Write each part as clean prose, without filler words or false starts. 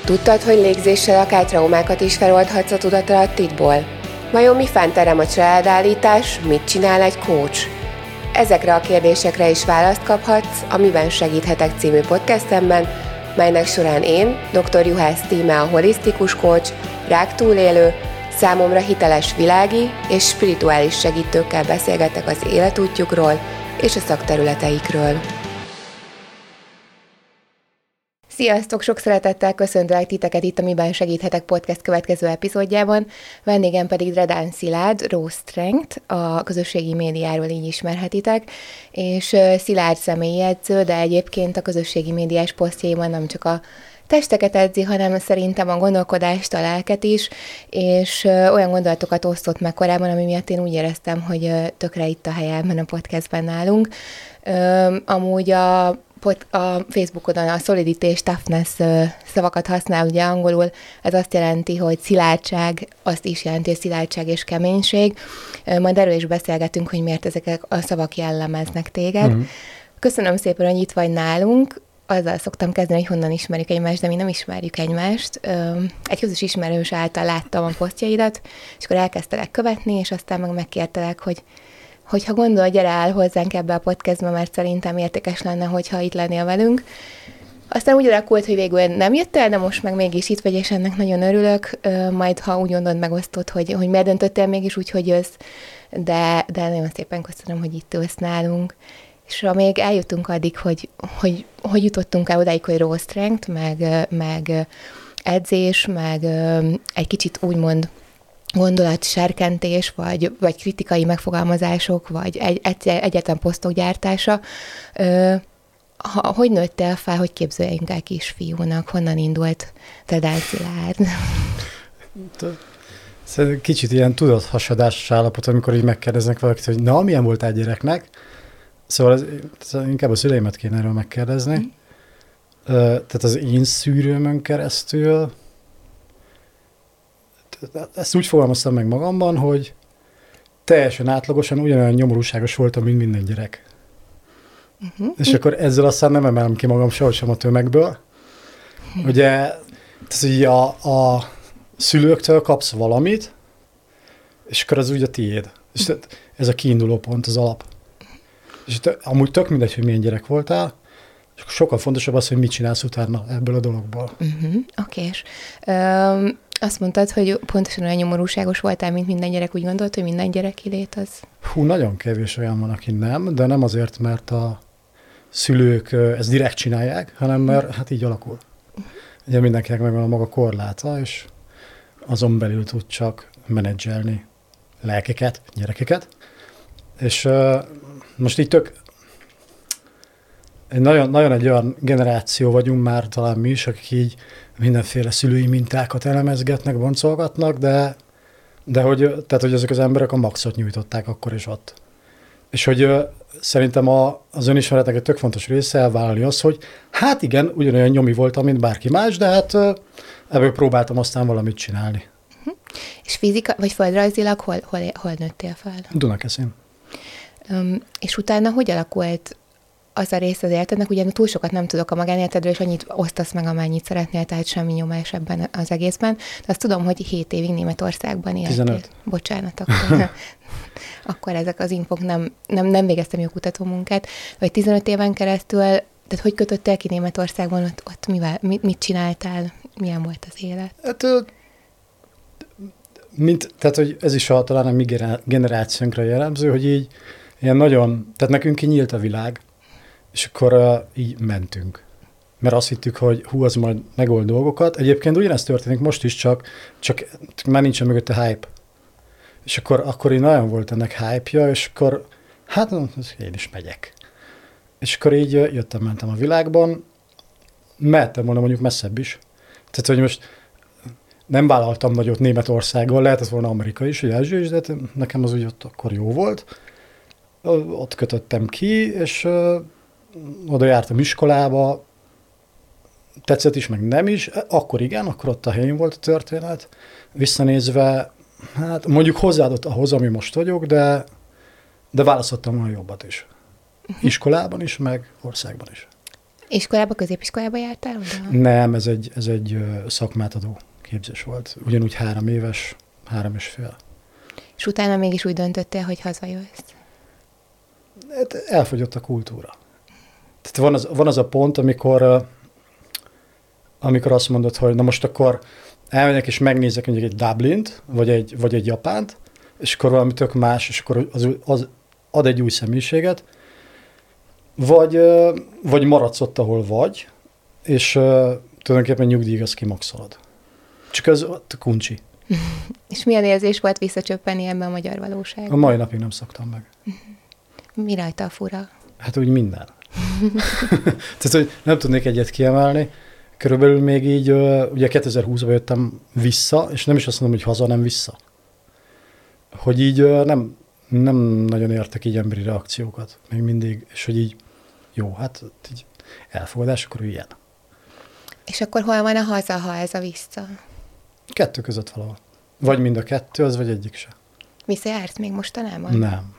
Tudtad, hogy légzéssel akár traumákat is feloldhatsz a tudatalattiból? Vajon mi fánterem a családállítás, mit csinál egy coach? Ezekre a kérdésekre is választ kaphatsz a Miben segíthetek című podcastemben, melynek során én, dr. Juhász Tíme, a holisztikus coach, ráktúlélő, számomra hiteles világi és spirituális segítőkkel beszélgetek az életútjukról és a szakterületeikről. Sziasztok! Sok szeretettel köszöntelek titeket itt a Miben segíthetek podcast következő epizódjában. Vendégem pedig Dredán Szilárd, Raw Strength, a közösségi médiáról így ismerhetitek, és Szilárd személyi edző, de egyébként a közösségi médiás posztjaiban nem csak a testeket edzi, hanem szerintem a gondolkodást, a lelket is, és olyan gondolatokat osztott meg korábban, ami miatt én úgy éreztem, hogy tökre itt a helye ebben a podcastben nálunk. Amúgy a Facebookodon a solidity és toughness szavakat használ, ugye angolul, ez azt jelenti, hogy szilárdság, azt is jelenti, hogy szilárdság és keménység. Majd erről is beszélgetünk, hogy miért ezek a szavak jellemeznek téged. Mm-hmm. Köszönöm szépen, hogy itt vagy nálunk. Azzal szoktam kezdeni, hogy honnan ismerjük egymást, de mi nem ismerjük egymást. Egy közös ismerős által láttam a posztjaidat, és akkor elkezdtelek követni, és aztán megkértelek, hogyha gondolj, gyere el hozzánk ebbe a podcastba, mert szerintem értékes lenne, hogyha itt lennél velünk. Aztán úgy alakult, hogy végül nem jöttél, de most meg mégis itt vagy, és ennek nagyon örülök. Majd, ha úgy gondolod, megosztod, hogy miért döntöttél mégis úgy, hogy jössz, de nagyon szépen köszönöm, hogy itt ülsz nálunk. És még eljutunk addig, hogy jutottunk el odáig, hogy Raw Strength, meg edzés, meg egy kicsit úgymond gondolatserkentés, vagy kritikai megfogalmazások, vagy egyetlen posztok gyártása. Hogy nőttél fel, hogy képzeljünk el kisfiúnak? Honnan indult Dredán Szilárd? Kicsit ilyen tudathasadásos állapot, amikor így megkérdeznek valakit, hogy na, milyen voltál gyereknek? Szóval inkább a szüleimet kéne erről megkérdezni. Tehát az én szűrőmön keresztül ezt úgy fogalmaztam meg magamban, hogy teljesen átlagosan ugyanolyan nyomorúságos voltam, mint minden gyerek. Uh-huh. És akkor ezzel aztán nem emelem ki magam sehogy sem a tömegből. Ugye, tehát így a szülőktől kapsz valamit, és akkor az úgy a tiéd. És ez a kiinduló pont, az alap. És amúgy tök mindegy, hogy milyen gyerek voltál, és sokkal fontosabb az, hogy mit csinálsz utána ebből a dologból. Okés. Azt mondtad, hogy pontosan olyan nyomorúságos voltál, mint minden gyerek, úgy gondolt, hogy minden gyereki lét az? Nagyon kevés olyan van, aki nem, de nem azért, mert a szülők ezt direkt csinálják, hanem mert hát így alakul. Ugye mindenkinek megvan a maga korláta, és azon belül tud csak menedzselni lelkeket, gyerekeket. És most így nagyon egy olyan generáció vagyunk már talán mi is, akik így mindenféle szülői mintákat elemezgetnek, boncolgatnak, de hogy ezek az emberek a maxot nyújtották akkor is ott. És hogy szerintem az önismeretnek egy tök fontos része elvállalni az, hogy hát igen, ugyanolyan nyomi voltam, mint bárki más, de hát ebből próbáltam aztán valamit csinálni. És fizika, vagy földrajzilag hol nőttél fel? Dunakeszin. És utána hogy alakult az a rész az életednek? Ugye túl sokat nem tudok a magánéletedről, és annyit osztasz meg, amennyit szeretnél, tehát semmi nyomás ebben az egészben. De azt tudom, hogy 7 évig Németországban éltél. 15. Bocsánat, akkor ezek az infok nem végeztem jó kutatómunkát. Vagy 15 éven keresztül, tehát hogy kötöttél ki Németországban, ott mit csináltál? Milyen volt az élet? Hát, tehát, hogy ez is talán a mi generációnkra jellemző, hogy így ilyen nagyon, tehát nekünk kinyílt a világ, és akkor így mentünk. Mert azt hittük, hogy az majd megold dolgokat. Egyébként ugyanezt történik most is, csak már nincsen mögötte hype. És akkor így nagyon volt ennek hype-ja, és akkor hát én is megyek. És akkor így mentem a világban, mehettem volna mondjuk messzebb is. Tehát, hogy most nem vállaltam nagyot Németországgal, lehetett volna Amerika is, vagy Ázsia is, de nekem az úgy ott akkor jó volt. Ott kötöttem ki, és oda jártam iskolába, tetszett is, meg nem is. Akkor igen, akkor ott a helyén volt a történet. Visszanézve, hát mondjuk hozzáadott ahhoz, ami most vagyok, de választottam volna jobbat is. Iskolában is, meg országban is. Iskolába, középiskolába jártál oda? Nem, ez egy szakmát adó képzés volt. Ugyanúgy 3 éves, 3,5. És utána mégis úgy döntöttél, hogy hazajössz. Hát elfogyott a kultúra. Tehát van az a pont, amikor azt mondod, hogy na most akkor elmegyek és megnézek mondjuk egy Dublint, vagy egy Japánt, és akkor valami tök más, és akkor az ad egy új személyiséget, vagy maradsz ott, ahol vagy, és tulajdonképpen nyugdíjig az kimaxolod. Csak ez a kuncsi. És milyen érzés volt visszacsöppenni ebbe a magyar valóságba? A mai napig nem szoktam meg. Mi rajta a fura? Hát úgy minden. Tehát, hogy nem tudnék egyet kiemelni. Körülbelül még így, ugye 2020-ban jöttem vissza, és nem is azt mondom, hogy haza, nem vissza. Hogy így nem nagyon értek így emberi reakciókat, még mindig, és hogy így jó, hát így elfogadás, akkor ilyen. És akkor hol van a haza, ha ez a vissza? 2 között valahol. Vagy mind a 2, az vagy egyik se. Visszajársz még mostanában? Nem.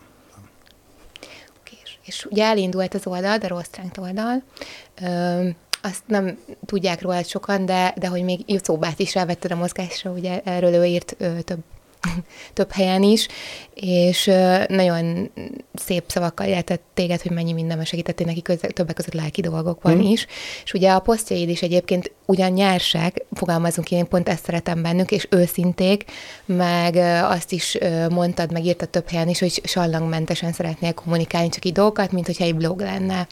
És ugye elindult az oldal, a Rose Strength oldal. Azt nem tudják róla sokan, de hogy még Szóbát is rávetted a mozgásra, ugye erről ő írt több helyen is, és nagyon szép szavakkal jelentett téged, hogy mennyi mindenben segítettél neki többek között lelki dolgokban is. És ugye a posztjaid is egyébként ugyan nyársák, fogalmazunk én pont ezt szeretem bennük, és őszinték, meg azt is mondtad, meg írtad több helyen is, hogy sallangmentesen szeretnél kommunikálni csak így dolgokat, mint hogyha egy blog lenne.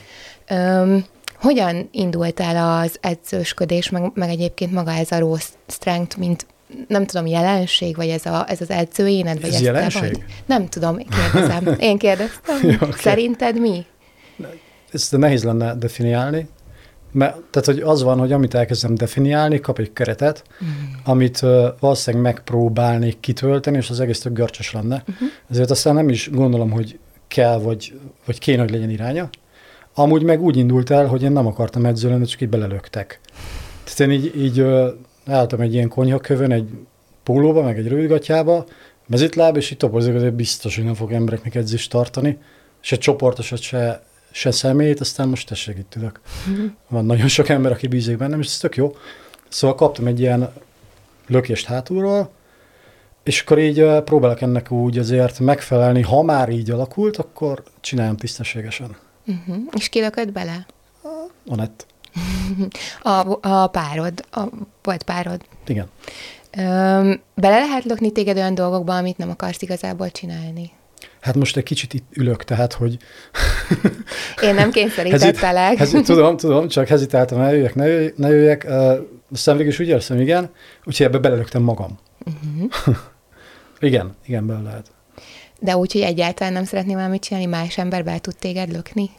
Hogyan indult el az edzősködés, meg egyébként maga ez a Rose Strength, mint nem tudom, jelenség, vagy ez az edzőéned? Vagy ez jelenség? Nem tudom, kérdezem. Én kérdeztem. Jó, okay. Szerinted mi? Ezt nehéz lenne definiálni. Tehát, hogy az van, hogy amit elkezdem definiálni, kap egy keretet, amit valószínűleg megpróbálnék kitölteni, és az egész tök görcsös lenne. Ezért aztán nem is gondolom, hogy kell, vagy kéne, hogy legyen iránya. Amúgy meg úgy indult el, hogy én nem akartam edző lenni, csak így belelöktek. Tehát én így álltam egy ilyen konyhakövön, egy pólóba, meg egy rövidgatjába, mezitláb, és így toporzik, azért biztos, hogy nem fog embereknek edzést tartani, se csoportosat, se személyt, aztán most tessék, itt ülök. Van nagyon sok ember, aki bízik bennem, és ez tök jó. Szóval kaptam egy ilyen lökést hátulról, és akkor így próbálok ennek úgy azért megfelelni, ha már így alakult, akkor csináljam tisztességesen. És ki lökött bele? Anett. A párod, volt párod. Igen. Bele lehet lökni téged olyan dolgokba, amit nem akarsz igazából csinálni? Hát most egy kicsit itt ülök, tehát, hogy... Én nem kényszerítettelek. Tudom, csak hezitáltam, ne jöjjek. Aztán végül is úgy érzem, igen, úgyhogy ebbe belelöktem magam. Igen, bele lehet. De úgy, hogy egyáltalán nem szeretnél valamit csinálni, más ember bele tud téged lökni?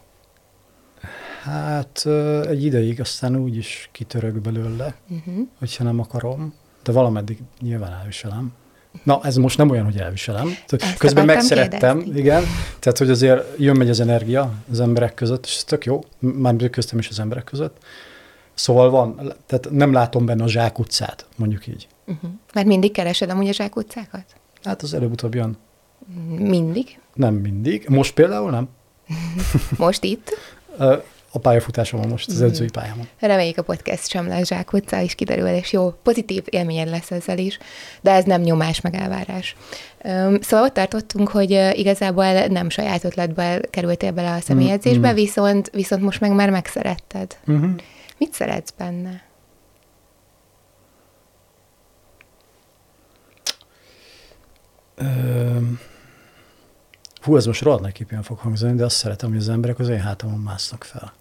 Hát egy ideig, aztán úgy is kitörök belőle, hogyha nem akarom, de valameddig nyilván elviselem. Na, ez most nem olyan, hogy elviselem. Közben megszerettem, kérdezni. Igen, tehát hogy azért jön-megy az energia az emberek között, és ez tök jó, már köztem is az emberek között. Szóval van, tehát nem látom benne a zsákutcát, mondjuk így. Mert mindig keresed amúgy a zsákutcákat? Hát az előbb-utóbb jön. Mindig? Nem mindig. Most például nem. Most itt? A pályafutásom most, az edzői pályámon. Reméljük a podcast sem lesz zsákutca, és kiderül, és jó, pozitív élményed lesz ezzel is, de ez nem nyomás, meg elvárás. Szóval ott tartottunk, hogy igazából nem saját ötletből kerültél bele a személyedzésbe, viszont most meg már megszeretted. Mit szeretsz benne? Ez most rohadt nagy képen fog hangzani, de azt szeretem, hogy az emberek az én hátamon másznak fel.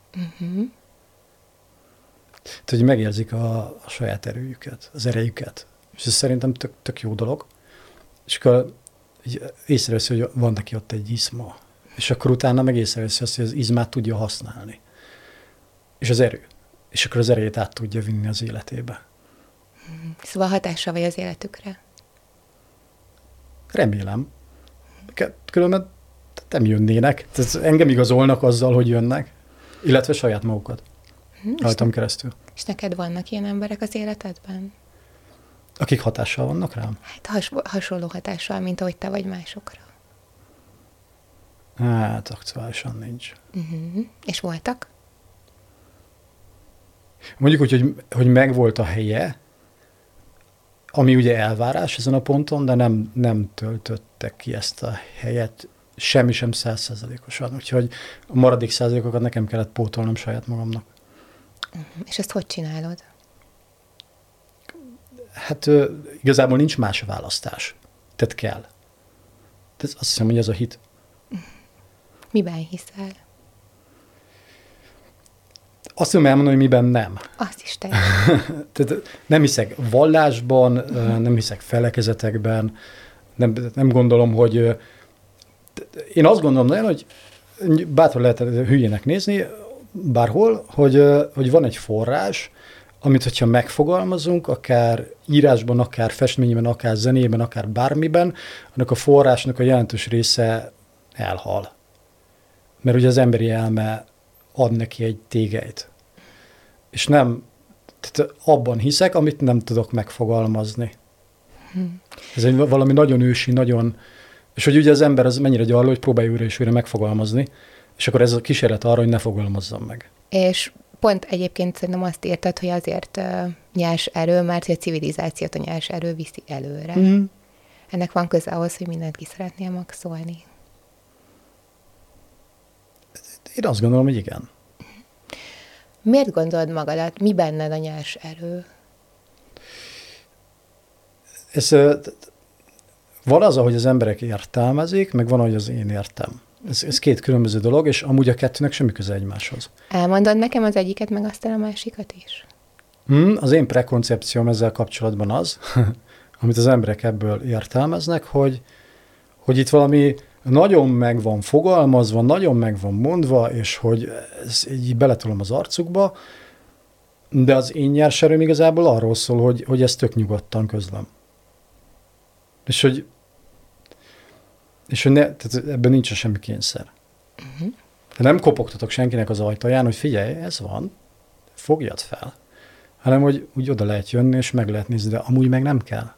Tehát, hogy megérzik a saját erőjüket, az erejüket. És ez szerintem tök jó dolog. És akkor észreveszi, hogy van neki ott egy izma. És akkor utána meg észreveszi azt, hogy az izmát tudja használni. És az erő. És akkor az erejét át tudja vinni az életébe. Szóval hatással vagy az életükre? Remélem. Különben nem jönnének. Tehát engem igazolnak azzal, hogy jönnek, illetve saját magukat. Rajtam keresztül. És neked vannak ilyen emberek az életedben? Akik hatással vannak rám? Hát hasonló hatással, mint ahogy te vagy másokra. Hát aktuálisan nincs. És voltak? Mondjuk úgy, hogy megvolt a helye, ami ugye elvárás ezen a ponton, de nem töltöttek ki ezt a helyet semmi sem 100%-osan. Úgyhogy a maradék százalékokat nekem kellett pótolnom saját magamnak. És ezt hogy csinálod? Hát igazából nincs más választás. Tehát kell. Azt hiszem, hogy ez a hit. Miben hiszel? Azt tudom elmondani, hogy miben nem. Azt is te. Tehát nem hiszek vallásban, nem hiszek felekezetekben, nem gondolom, hogy... Én azt gondolom nagyon, hogy bátran lehet hülyének nézni bárhol, hogy van egy forrás, amit, hogyha megfogalmazunk, akár írásban, akár festményben, akár zenében, akár bármiben, annak a forrásnak a jelentős része elhal. Mert ugye az emberi elme ad neki egy tégelyt. És nem, tehát abban hiszek, amit nem tudok megfogalmazni. Ez egy valami nagyon ősi, nagyon... És hogy ugye az ember az mennyire gyarló, hogy próbálja újra és újra megfogalmazni, és akkor ez a kísérlet arra, hogy ne fogalmazzam meg. És pont egyébként szerintem azt írtad, hogy azért nyers erő, mert hogy a civilizációt a nyers erő viszi előre. Ennek van köze ahhoz, hogy mindent ki szeretnél maxolni. Én azt gondolom, hogy igen. Miért gondolod magadat, mi benned a nyers erő? Van az, ahogy az emberek értelmezik, meg van, ahogy az én értem. Ez két különböző dolog, és amúgy a kettőnek semmi köze egymáshoz. Elmondod nekem az egyiket, meg aztán a másikat is? Az én prekoncepcióm ezzel kapcsolatban az, amit az emberek ebből értelmeznek, hogy itt valami nagyon meg van fogalmazva, nagyon meg van mondva, és hogy ez így beletolom az arcukba, de az én nyers erőm igazából arról szól, hogy ezt tök nyugodtan közlöm. És hogy tehát ebben nincs semmi kényszer. De nem kopogtatok senkinek az ajtaján, hogy figyelj, ez van, fogjad fel. Hanem, hogy úgy oda lehet jönni, és meg lehet nézni, de amúgy meg nem kell.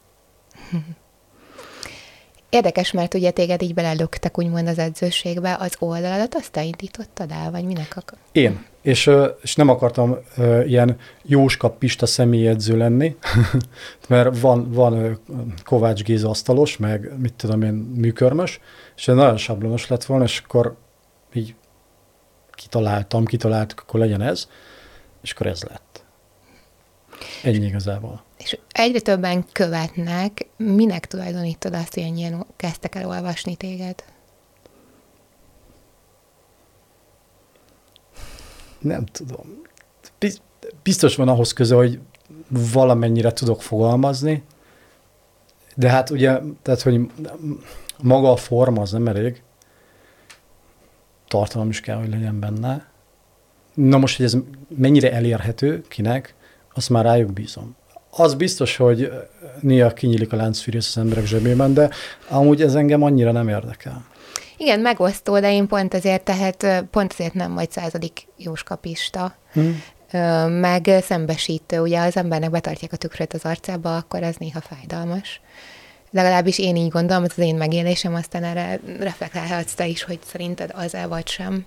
Érdekes, mert ugye téged így belelöktek úgymond az edzőségbe, az oldaladat azt te indítottad el, vagy minek akar? Én. És nem akartam ilyen Jóska Pista személyedző lenni, mert van Kovács Géza asztalos, meg mit tudom én, műkörmös, és ez nagyon sablonos lett volna, és akkor így kitaláltuk, akkor legyen ez, és akkor ez lett. Ennyi igazából. És egyre többen követnek, minek tulajdonítod azt, hogy ennyien kezdtek el olvasni téged? Nem tudom. Biztos van ahhoz köze, hogy valamennyire tudok fogalmazni, de hát ugye, tehát, hogy maga a forma az nem elég, tartalom is kell, hogy legyen benne. Na most, hogy ez mennyire elérhető kinek, azt már rájuk bízom. Az biztos, hogy néha kinyílik a láncfűrész az emberek zsebében, de amúgy ez engem annyira nem érdekel. Igen, megosztó, de én pont ezért nem vagy 100. Jóska Pista. Meg szembesítő, ugye az embernek betartják a tükröt az arcába, akkor az néha fájdalmas. Legalábbis én így gondolom, ez az én megélésem, aztán erre reflektálhatsz te is, hogy szerinted az-e vagy sem.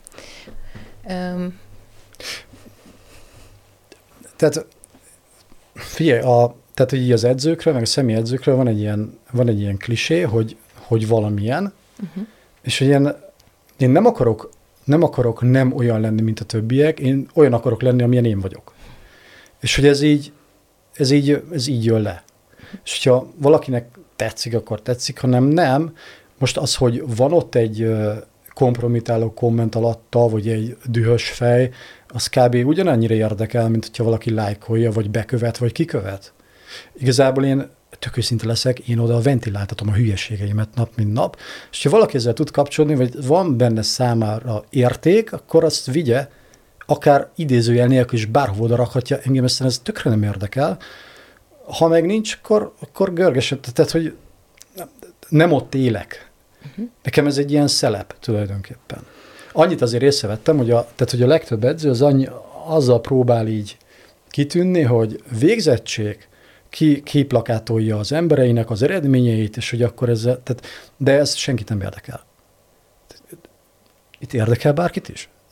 Tehát figyelj, tehát hogy így az edzőkről, meg a személyedzőkről van egy ilyen klisé, hogy valamilyen, és hogy én nem akarok nem olyan lenni, mint a többiek, én olyan akarok lenni, amilyen én vagyok. És hogy ez így jön le. És hogyha valakinek tetszik, akkor tetszik, ha nem. Most az, hogy van ott egy kompromitáló komment alatta, vagy egy dühös fej, az kb. Ugyanannyira érdekel, mint hogyha valaki lájkolja, vagy bekövet, vagy kikövet. Igazából én tök őszinte leszek, én oda ventiláltatom a hülyeségeimet nap, mint nap, és ha valaki ezzel tud kapcsolni, vagy van benne számára érték, akkor azt vigye, akár idézőjel nélkül is bárhova oda rakhatja, engem ez tökre nem érdekel. Ha meg nincs, akkor görgesen, tehát hogy nem ott élek. Nekem ez egy ilyen szelep tulajdonképpen. Annyit azért észrevettem, hogy a legtöbb edző azzal próbál így kitűnni, hogy végzettség, kiplakátolja az embereinek az eredményeit, és hogy akkor de ez senkit nem érdekel. Itt érdekel bárkit is?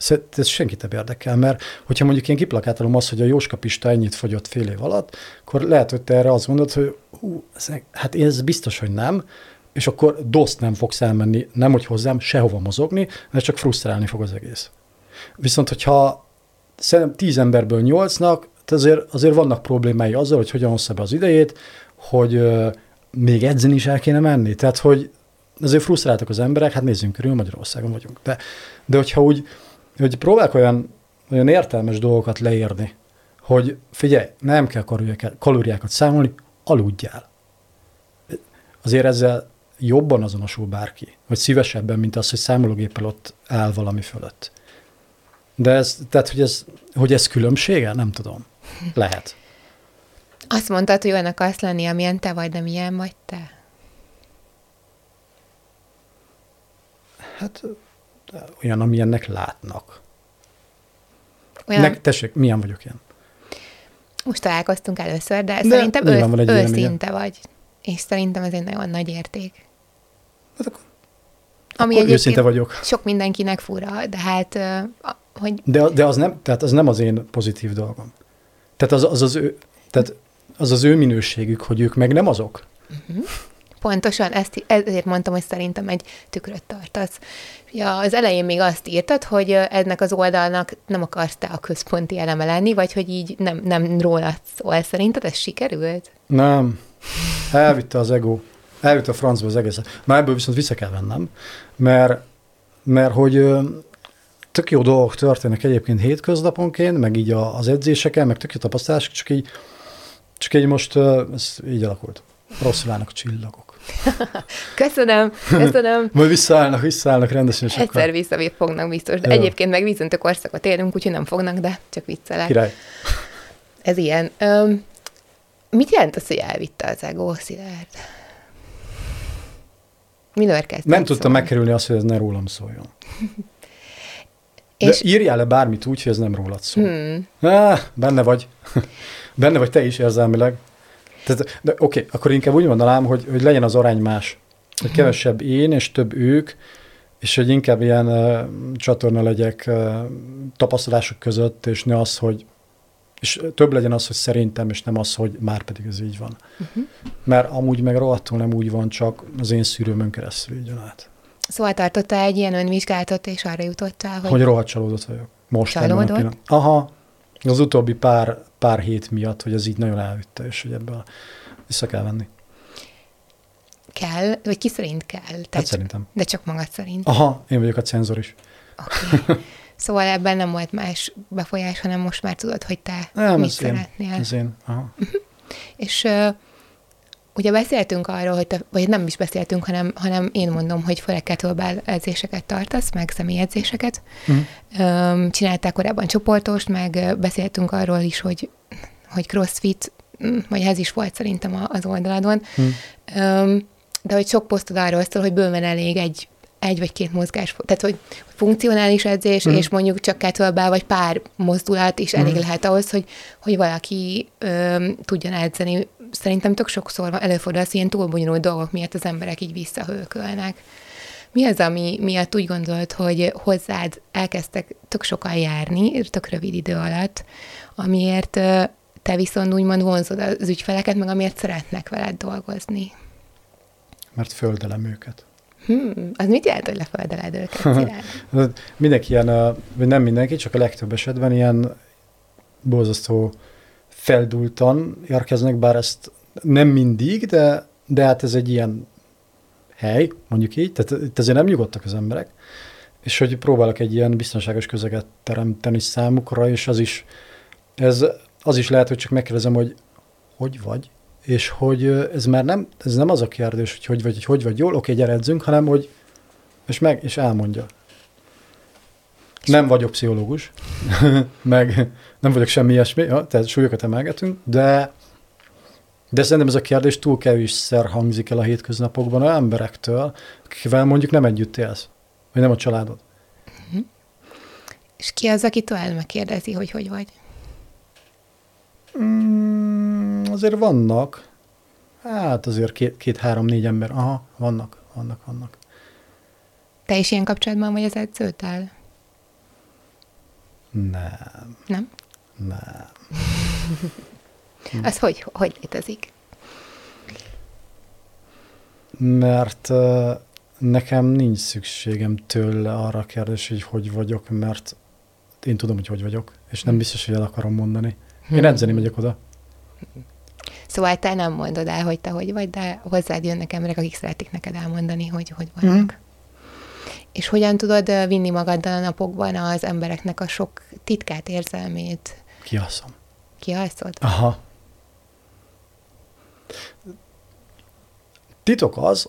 Ez senkit nem érdekel, mert hogyha mondjuk én kiplakátolom azt, hogy a Jóska Pista ennyit fogyott fél év alatt, akkor lehet, hogy te erre azt mondod, hogy hát ez biztos, hogy nem, és akkor doszt nem fogsz elmenni, nem hogy hozzám, sehova mozogni, mert csak frusztrálni fog az egész. Viszont, hogyha szerintem 10 emberből 8-nak, azért vannak problémái azzal, hogy hogyan hozza be az idejét, hogy még edzeni is el kéne menni. Tehát, hogy azért frusztráltak az emberek, hát nézzünk körül, Magyarországon vagyunk. De hogyha úgy, hogy próbálok olyan értelmes dolgokat leírni, hogy figyelj, nem kell kalóriákat számolni, aludjál. Azért ezzel jobban azonosul bárki, vagy szívesebben, mint az, hogy számológéppel ott áll valami fölött. De tehát, hogy ez különbsége? Nem tudom. Lehet. Azt mondtad, hogy olyan akarsz lenni, amilyen te vagy, de milyen vagy te? Hát olyan, amilyennek látnak. Olyan... Tessék, milyen vagyok én? Most találkoztunk először, de szerintem őszinte vagy. És szerintem ez egy nagyon nagy érték. Hát ami akkor őszinte vagyok. Sok mindenkinek fura, de hát, hogy... De az nem, tehát az nem az én pozitív dolgom. Tehát az az ő minőségük, hogy ők meg nem azok. Uh-huh. Pontosan, ezért mondtam, hogy szerintem egy tükröt tartasz. Ja, az elején még azt írtad, hogy ennek az oldalnak nem akarsz te a központi eleme lenni, vagy hogy így nem rólad szól. Szerinted ez sikerült? Nem. Elvitte az ego. Elvitte a francba az egészet. Már ebből viszont vissza kell vennem, mert hogy tök jó dolgok történnek egyébként hétköznaponként, meg így az edzéseken, meg tök jó tapasztalások, csak így most ez így alakult. Rosszul állnak a csillagok. Köszönöm. Majd visszaállnak rendesen. Egyszer fognak biztos. De egyébként meg vízöntő korszakot élünk, úgyhogy nem fognak, de csak viccelek. Király. Ez ilyen. Mit jelent az, hogy elvitte az ego, Szilárd? Miről kezdtem Nem tudtam megkerülni azt, hogy ez ne rólam szóljon. De írjál le bármit úgy, hogy ez nem rólad szól. Benne vagy. Benne vagy te is érzelmileg. De oké, akkor inkább úgy mondanám, hogy legyen az arány más. Hogy kevesebb én, és több ők, és hogy inkább ilyen csatorna legyek tapasztalások között, és ne az, hogy és több legyen az, hogy szerintem, és nem az, hogy már pedig ez így van. Uh-huh. Mert amúgy meg rohadtul nem úgy van, csak az én szűrőmön keresztül így jön át. Szóval tartottál egy ilyen önvizsgálatot, és arra jutottál, hogy rohadt csalódott vagyok. Most csalódott? Aha. Az utóbbi pár hét miatt, hogy ez így nagyon elvitte, és hogy ebből vissza kell venni. Kell? Vagy ki szerint kell? Hát szerintem. De csak magad szerint? Aha, én vagyok a cenzor is. Oké. Szóval ebben nem volt más befolyás, hanem most már tudod, hogy te mit szeretnél. Ez én. Aha. És ugye beszéltünk arról, hogy vagy nem is beszéltünk, hanem én mondom, hogy főleg kettlebell edzéseket tartasz, meg személyedzéseket. Csináltál korábban csoportost, meg beszéltünk arról is, hogy crossfit, vagy ez is volt szerintem az oldaladon. De hogy sok posztod arról szól, hogy bőven elég egy vagy két mozgás, tehát hogy funkcionális edzés, és mondjuk csak kettlebell vagy pár mozdulat is elég lehet ahhoz, hogy valaki tudjon edzeni. Szerintem tök sokszor előfordul az ilyen túl bonyolult dolgok miatt az emberek így visszahőkölnek. Mi az, ami miatt úgy gondolod, hogy hozzád elkezdtek tök sokan járni, tök rövid idő alatt, amiért te viszont úgymond vonzod az ügyfeleket, meg amiért szeretnek veled dolgozni? Mert földelem őket. Az mit jelent, hogy leföldeled őket? Mindenki ilyen, vagy nem mindenki, csak a legtöbb esetben ilyen borzasztó feldúltan érkeznek, bár ezt nem mindig, de hát ez egy ilyen hely, mondjuk így, tehát itt azért nem nyugodtak az emberek, és hogy próbálok egy ilyen biztonságos közeget teremteni számukra, és az is lehet, hogy csak megkérdezem, hogy vagy, és hogy ez nem az a kérdés, hogy vagy jól, oké, gyere edzünk, hanem hogy és elmondja. Nem vagyok pszichológus, meg nem vagyok semmi ilyesmi, tehát súlyokat emelgetünk, de szerintem ez a kérdés túl kevésszer hangzik el a hétköznapokban olyan emberektől, akivel mondjuk nem együtt élsz, vagy nem a családod. És ki az, akitől megkérdezi, hogy vagy? Azért vannak. Hát azért 2-3-4 ember. Aha, vannak. Te is ilyen kapcsolatban vagy az edződdel? Nem. Nem? Nem. Az hogy létezik? Mert nekem nincs szükségem tőle arra a kérdés, hogy vagyok, mert én tudom, hogy vagyok, és nem biztos, hogy el akarom mondani. Én edzeni megyek oda. Szóval te nem mondod el, hogy te hogy vagy, de hozzád jönnek emberek, akik szeretik neked elmondani, hogy vannak. És hogyan tudod vinni magaddal a napokban az embereknek a sok titkát, érzelmét? Kialszom. Kialszod? Aha. Titok az,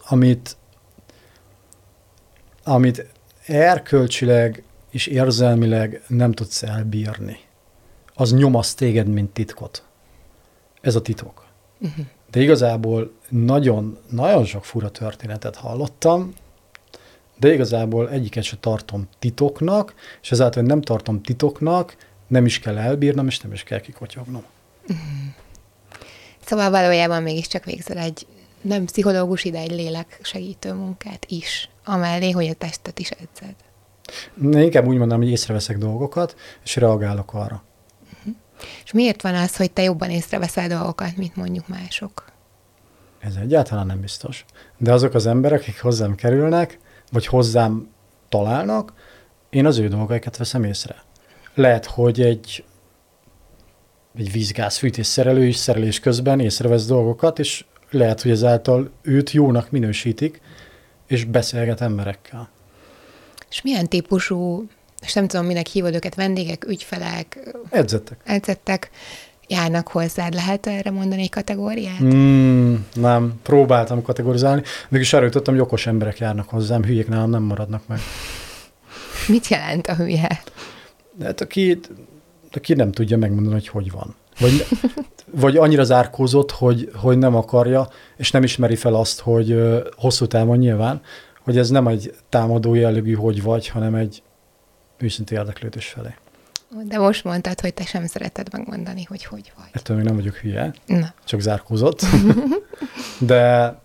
amit erkölcsileg és érzelmileg nem tudsz elbírni. Az nyomaszt téged, mint titkot. Ez a titok. De igazából nagyon, nagyon sok fura történetet hallottam, de igazából egyiket se tartom titoknak, és ezáltal, hogy nem tartom titoknak, nem is kell elbírnom, és nem is kell kikotyognom. Szóval valójában mégiscsak végzel egy nem pszichológus, de egy lélek segítő munkát is, amellé, hogy a testet is edzed. Inkább úgy mondanám, hogy észreveszek dolgokat, és reagálok arra. És miért van az, hogy te jobban észreveszel dolgokat, mint mondjuk mások? Ez egyáltalán nem biztos. De azok az emberek, akik hozzám kerülnek, vagy hozzám találnak, én az ő dolgaikat veszem észre. Lehet, hogy egy vízgázfűtésszerelő is szerelés közben észrevesz dolgokat, és lehet, hogy ezáltal őt jónak minősítik, és beszélget emberekkel. És milyen típusú, és nem tudom, minek hívod őket, vendégek, ügyfelek, edzettek, járnak hozzád? Lehet erre mondani egy kategóriát? Nem, próbáltam kategorizálni, mégis arra jutottam, hogy okos emberek járnak hozzám, hülyék nálam nem maradnak meg. Mit jelent a hülye? Hát aki nem tudja megmondani, hogy van. Vagy annyira zárkózott, hogy nem akarja, és nem ismeri fel azt, hogy hosszú távon nyilván, hogy ez nem egy támadó jellegű hogy vagy, hanem egy őszintén érdeklődés felé. De most mondtad, hogy te sem szereted megmondani, hogy vagy. Ettől még nem vagyok hülye, Na. csak zárkózott. De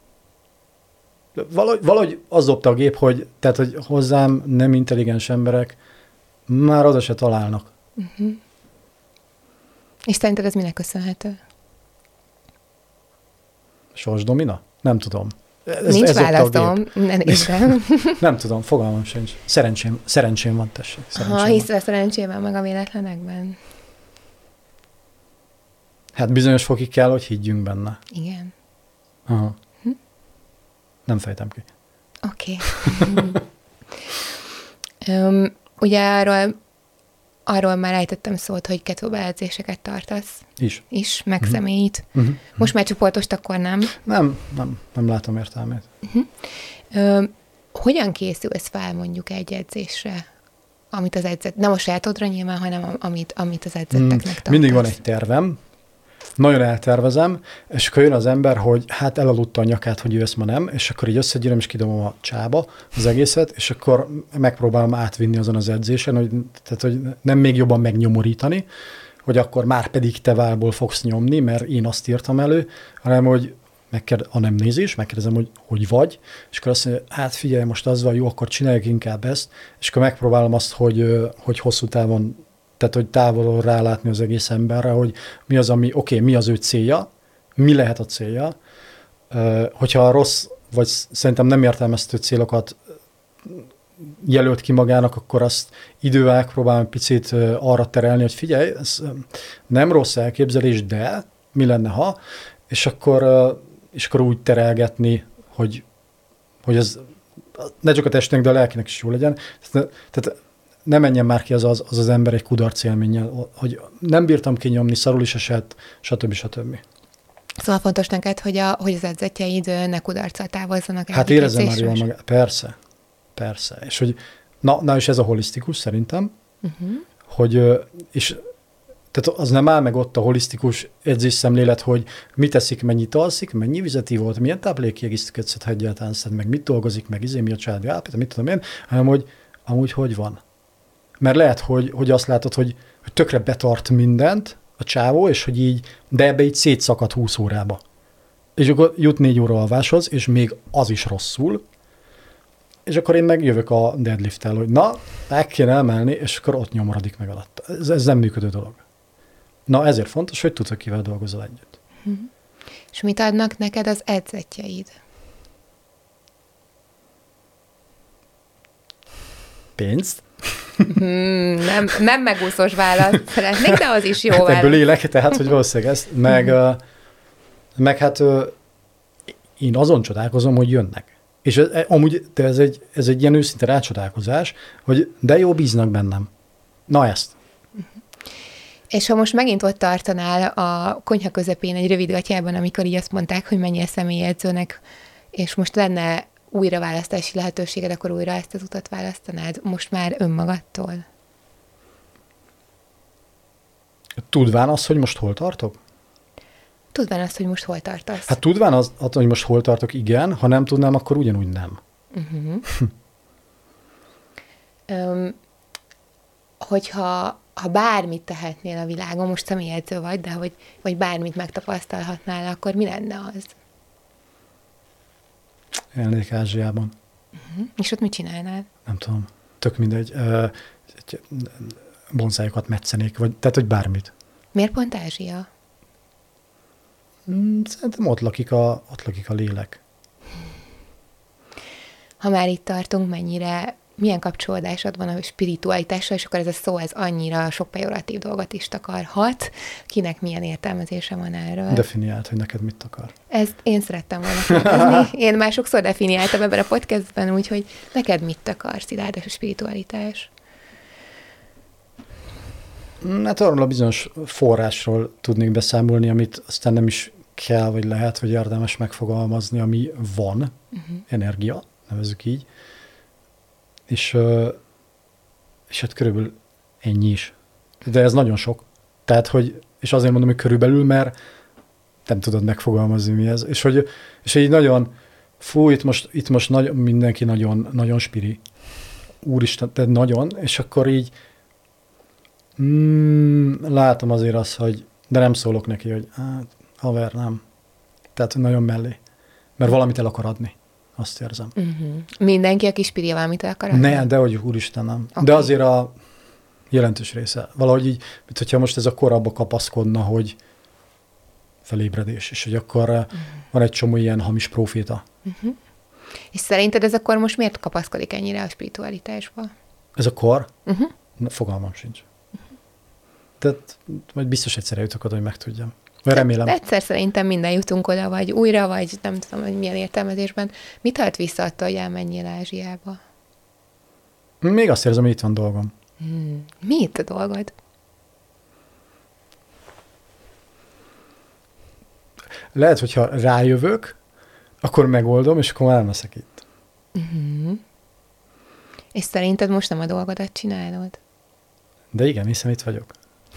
valahogy az dobta a gép, hogy hozzám nem intelligens emberek már oda se találnak. És szerinted ez minek köszönhető? Sorsdomina? Nem tudom. Nincs választom, ne nézzem. Nem tudom, fogalmam sincs. Szerencsém van, tessék. Hiszel a szerencsében, meg a véletlenekben. Hát bizonyos fokig kell, hogy higgyünk benne. Igen. Aha. Nem fejtem ki. Oké. Ugye arról már ejtettem szót, hogy kettlebell edzéseket tartasz. Is, meg személyit. Most már csoportost, akkor nem? Nem látom értelmét. Hogyan készülsz fel mondjuk egy edzésre, amit az edzett, nem a sajátodra nyilván, hanem amit az edzetteknek tartasz? Mindig van egy tervem, nagyon eltervezem, és akkor jön az ember, hogy hát elaludta a nyakát, hogy ő ezt ma nem, és akkor így összegyűröm, és kidobom a csába az egészet, és akkor megpróbálom átvinni azon az edzésen, hogy nem még jobban megnyomorítani, hogy akkor már pedig te válból fogsz nyomni, mert én azt írtam elő, hanem hogy a nem nézés, megkérdezem, hogy vagy, és akkor azt mondja, hát figyelj, most az van, jó, akkor csináljuk inkább ezt, és akkor megpróbálom azt, hogy hosszú távon, tehát hogy távolról rálátni az egész emberre, hogy mi az, mi az ő célja, mi lehet a célja, hogyha rossz, vagy szerintem nem értelmezhető célokat jelölt ki magának, akkor azt idővel próbálom picit arra terelni, hogy figyelj, ez nem rossz elképzelés, de mi lenne, ha, és akkor úgy terelgetni, hogy ez ne csak a testnek, de a lelkinek is jó legyen. Tehát ne menjen már ki az ember egy kudarc élménnyel, hogy nem bírtam kinyomni, szarul is esett, stb. Szóval fontos neked, hogy az edzetjeid ne kudarccal távozzanak el. Hát érezzem már jól magát. Persze. És hogy, és ez a holisztikus szerintem, hogy, és tehát az nem áll meg ott a holisztikus edzésszemlélet, hogy mit eszik, mennyit alszik, mennyi vizet ivott, milyen táplálékkiegészítőket szed, ha egyáltalán szed, meg mit dolgozik, meg mi a családi állapot, mit tudom én, hanem hogy amúgy hogy van. Mert lehet, hogy azt látod, hogy tökre betart mindent a csávó, és hogy így, de ebbe így szétszakad 20 órába. És akkor jut 4 óra alváshoz, és még az is rosszul, És akkor én meg jövök a deadlift-tel, hogy na, meg kéne emelni, és akkor ott nyomorodik meg alatt. Ez nem működő dolog. Na, ezért fontos, hogy tudsz, kivel dolgozol együtt. És mit adnak neked az edzetjeid? Pénzt. Nem megúszós választ szeretnék, de az is jó válasz. Ebből élek, tehát, hogy valószínűleg ezt. Meg hát én azon csodálkozom, hogy jönnek. És amúgy ez egy ilyen őszinte rácsodálkozás, hogy de jó, bíznak bennem. Na ezt. És ha most megint ott tartanál a konyha közepén egy rövid gatyában, amikor így azt mondták, hogy menjél személyedzőnek, és most lenne újra választási lehetőséged, akkor újra ezt az utat választanád? Most már önmagadtól? Tudván azt, hogy most hol tartok? Tudván azt, hogy most hol tartasz? Hát tudván azt, hogy most hol tartok, igen, ha nem tudnám, akkor ugyanúgy nem. Hogyha bármit tehetnél a világon, most személyedző vagy, de vagy bármit megtapasztalhatnál, akkor mi lenne az? Élnék Ázsiában. És ott mit csinálnál? Nem tudom, tök mindegy. Bonzájukat metszenék, tehát, hogy bármit. Miért pont Ázsia? Szerintem ott lakik a lélek. Ha már itt tartunk, milyen kapcsolódásod van a spiritualitással, és akkor ez a szó, ez annyira sok pejoratív dolgot is takarhat. Kinek milyen értelmezése van erről? Definiált, hogy neked mit takar. Ezt én szerettem volna kérdezni. Én már sokszor definiáltam ebben a podcastben, úgyhogy neked mit takar, Szilárd, a spiritualitás? Hát arról a bizonyos forrásról tudnék beszámolni, amit aztán nem is kell, vagy lehet, vagy érdemes megfogalmazni, ami van, energia, nevezzük így, és hát körülbelül ennyi is. De ez nagyon sok. Tehát, és azért mondom, hogy körülbelül, mert nem tudod megfogalmazni, mi ez. És így nagyon, itt most mindenki nagyon, nagyon spiri. Úristen, tehát nagyon, és akkor így látom azért azt, hogy de nem szólok neki, hogy hát, haver, nem. Tehát nagyon mellé. Mert valamit el akar adni. Azt érzem. Mindenki, aki spiri, valamit el akar adni? Ne, de hogy úristen, nem. Okay. De azért a jelentős része. Valahogy így, mint hogyha most ez a kor abba kapaszkodna, hogy felébredés, és hogy akkor van egy csomó ilyen hamis próféta. És szerinted ez akkor most miért kapaszkodik ennyire a spiritualitásba? Ez a kor? Fogalmam sincs. Tehát majd biztos egyszer eljutok oda, hogy megtudjam. Remélem. De egyszer szerintem minden jutunk oda, vagy újra, vagy nem tudom, hogy milyen értelmezésben. Mit halt vissza attól, hogy elmenjél Ázsiába? Még azt érzem, hogy itt van dolgom. Mi itt a dolgod? Lehet, hogyha rájövök, akkor megoldom, és akkor már nem leszek itt. És szerinted most nem a dolgodat csinálod? De igen, hiszen itt vagyok.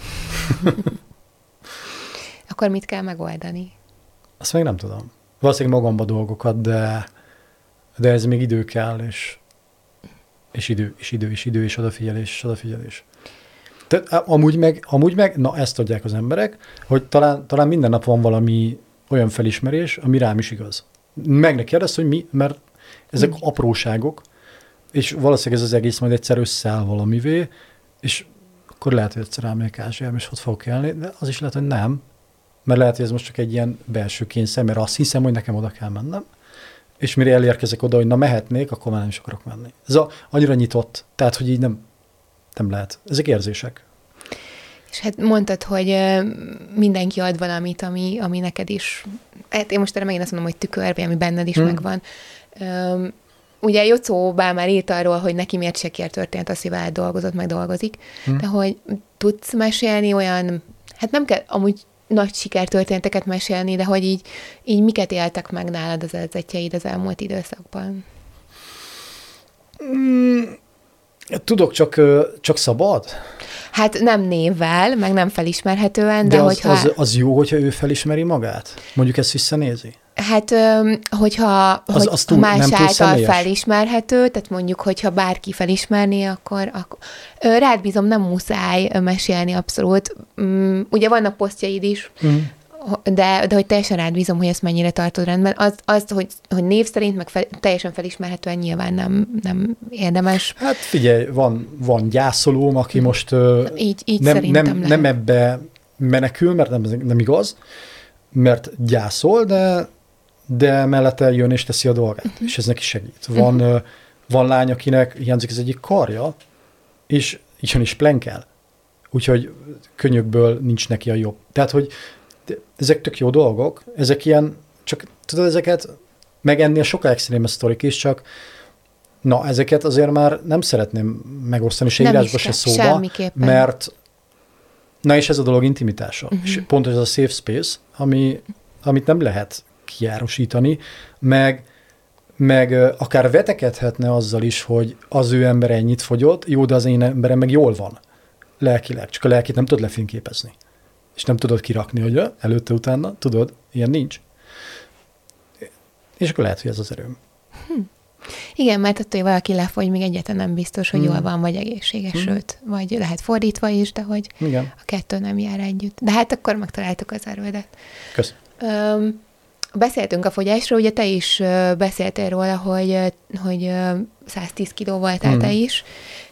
Akkor mit kell megoldani? Azt még nem tudom. Valószínűleg magamba dolgokat, de ez még idő kell, és idő, és odafigyelés. Tehát amúgy meg, na ezt adják az emberek, hogy talán minden nap van valami olyan felismerés, ami rám is igaz. Meg ne kérdezz, hogy mi, mert ezek apróságok, és valószínűleg ez az egész majd egyszer összeáll valamivé, és akkor lehet, hogy egyszer elmegyek Ázsiába, és ott fogok élni, de az is lehet, hogy nem. Mert lehet, hogy ez most csak egy ilyen belső kényszer, mert azt hiszem, hogy nekem oda kell mennem, és mire elérkezek oda, hogy na mehetnék, akkor már nem is akarok menni. Ez annyira nyitott, tehát, hogy így nem lehet. Ezek érzések. És hát mondtad, hogy mindenki ad valamit, ami neked is, hát én most erre megint azt mondom, hogy tükör, ami benned is megvan. Ugye Jocó már írt arról, hogy neki miért sikertörténet az, hogy veled dolgozott, meg dolgozik, de hogy tudsz mesélni olyan, hát nem kell amúgy nagy sikertörténeteket mesélni, de hogy így miket éltek meg nálad az edzetjeid az elmúlt időszakban? Tudok, csak szabad? Hát nem névvel, meg nem felismerhetően, de hogyha... Az jó, hogyha ő felismeri magát? Mondjuk ezt visszanézi? Hát, hogyha más által felismerhető, tehát mondjuk, hogyha bárki felismerné, akkor rád bízom, nem muszáj mesélni abszolút. Ugye vannak posztjaid is, de hogy teljesen rád bízom, hogy ezt mennyire tartod rendben. Azt hogy név szerint, meg teljesen felismerhetően nyilván nem érdemes. Hát figyelj, van gyászolóm, aki most így nem ebbe menekül, mert nem igaz, mert gyászol, de mellette jön és teszi a dolgát, és ez neki segít. Van lány, akinek hiányzik az egyik karja, és jön is plenkel. Úgyhogy könnyökből nincs neki a jobb. Tehát, hogy ezek tök jó dolgok, ezek ilyen, csak tudod, ezeket meg ennél sokkal extrémes sztorik is, csak na, ezeket azért már nem szeretném megosztani se írásba, se szóba, mert na és ez a dolog intimitása. És pont ez a safe space, amit nem lehet kiárusítani, meg akár vetekedhetne azzal is, hogy az ő ember ennyit fogyott, jó, de az én emberem meg jól van lelkileg, csak a lelkét nem tudod lefényképezni. És nem tudod kirakni, hogy előtte-utána, tudod, ilyen nincs. És akkor lehet, hogy ez az erőm. Igen, mert attól, hogy valaki lefogy, még egyáltalán nem biztos, hogy jól van, vagy egészséges, sőt, vagy lehet fordítva is, de hogy igen. A kettő nem jár együtt. De hát akkor megtaláltuk az erődet. Köszönöm. Beszéltünk a fogyásról, ugye te is beszéltél róla, hogy 110 kiló voltál te is.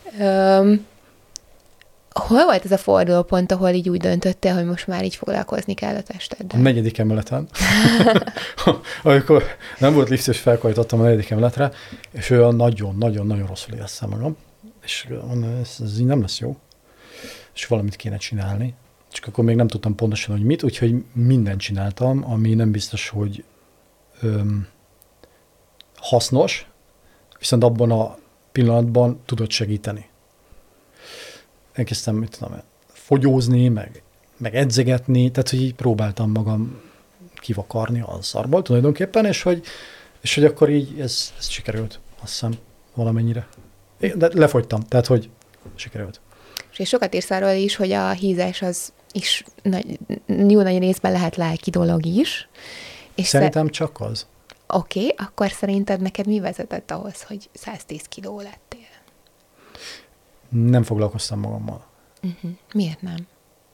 Hol volt ez a fordulópont, ahol így úgy döntöttél, hogy most már így foglalkozni kell a testeddel? A 4. emeleten. Amikor nem volt lift, és felkajtottam a 4. emeletre, és olyan nagyon-nagyon rosszul éreztem magam, és ez így nem lesz jó, és valamit kéne csinálni. Csak akkor még nem tudtam pontosan, hogy mit, úgyhogy mindent csináltam, ami nem biztos, hogy hasznos, viszont abban a pillanatban tudott segíteni. Elkezdtem, fogyózni, meg edzegetni, tehát, hogy így próbáltam magam kivakarni a szarból tulajdonképpen, és hogy akkor így ez sikerült, azt hiszem, valamennyire. De lefogytam, tehát, hogy sikerült. És sokat írsz arról is, hogy a hízás az is jó nagy részben lehet lelki dolog is. És szerintem csak az. Oké, akkor szerinted neked mi vezetett ahhoz, hogy 110 kiló lettél? Nem foglalkoztam magammal. Miért nem?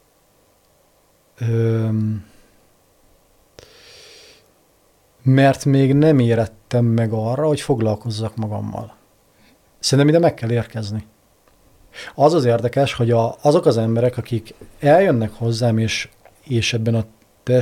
Mert még nem érettem meg arra, hogy foglalkozzak magammal. Szerintem ide meg kell érkezni. Az az érdekes, hogy azok az emberek, akik eljönnek hozzám, és ebben a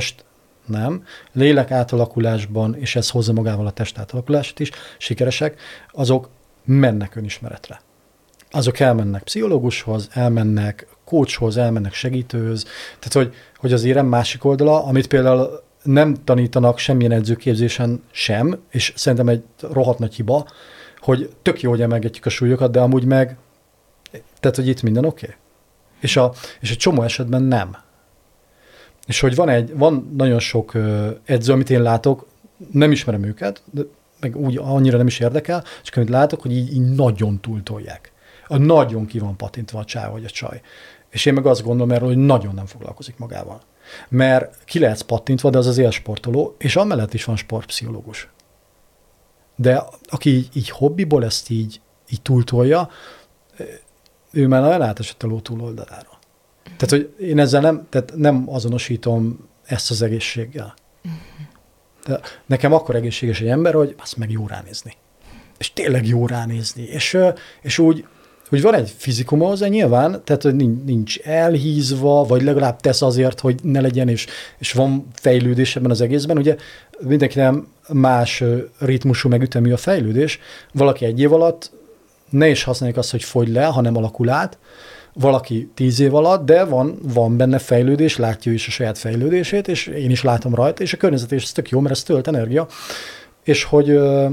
lélek átalakulásban, és ez hozza magával a test átalakulást is, sikeresek, azok mennek önismeretre. Azok elmennek pszichológushoz, elmennek coachhoz, elmennek segítőhöz. Tehát, hogy az érem másik oldala, amit például nem tanítanak semmilyen edzőképzésen sem, és szerintem egy rohadt nagy hiba, hogy tök jó, hogy emelgetjük a súlyokat, de amúgy meg, tehát, hogy itt minden oké. És egy csomó esetben nem. És hogy van nagyon sok edző, amit én látok, nem ismerem őket, de meg úgy annyira nem is érdekel, csak amit látok, hogy így nagyon túltolják. Nagyon ki van patintva a csáv vagy a csaj. És én meg azt gondolom erről, hogy nagyon nem foglalkozik magával. Mert ki lehetsz pattintva, de az élsportoló, és amellett is van sportpszichológus. De aki így hobbiból ezt így túltolja, ő már nagyon átesett a ló túloldalára. Tehát, hogy én ezzel nem azonosítom ezt az egészséggel. De nekem akkor egészséges egy ember, hogy azt meg jó ránézni. És tényleg jó ránézni. És úgy van egy fizikum hozzá nyilván, tehát hogy nincs elhízva, vagy legalább tesz azért, hogy ne legyen, és van fejlődés ebben az egészben. Ugye mindenkinek más ritmusú, meg ütemű a fejlődés. Valaki 1 év alatt ne is használjuk azt, hogy fogy le, hanem alakul át. Valaki 10 év alatt, de van benne fejlődés, látja is a saját fejlődését, és én is látom rajta, és a környezet is ez tök jó, mert ez tölt energia. És hogy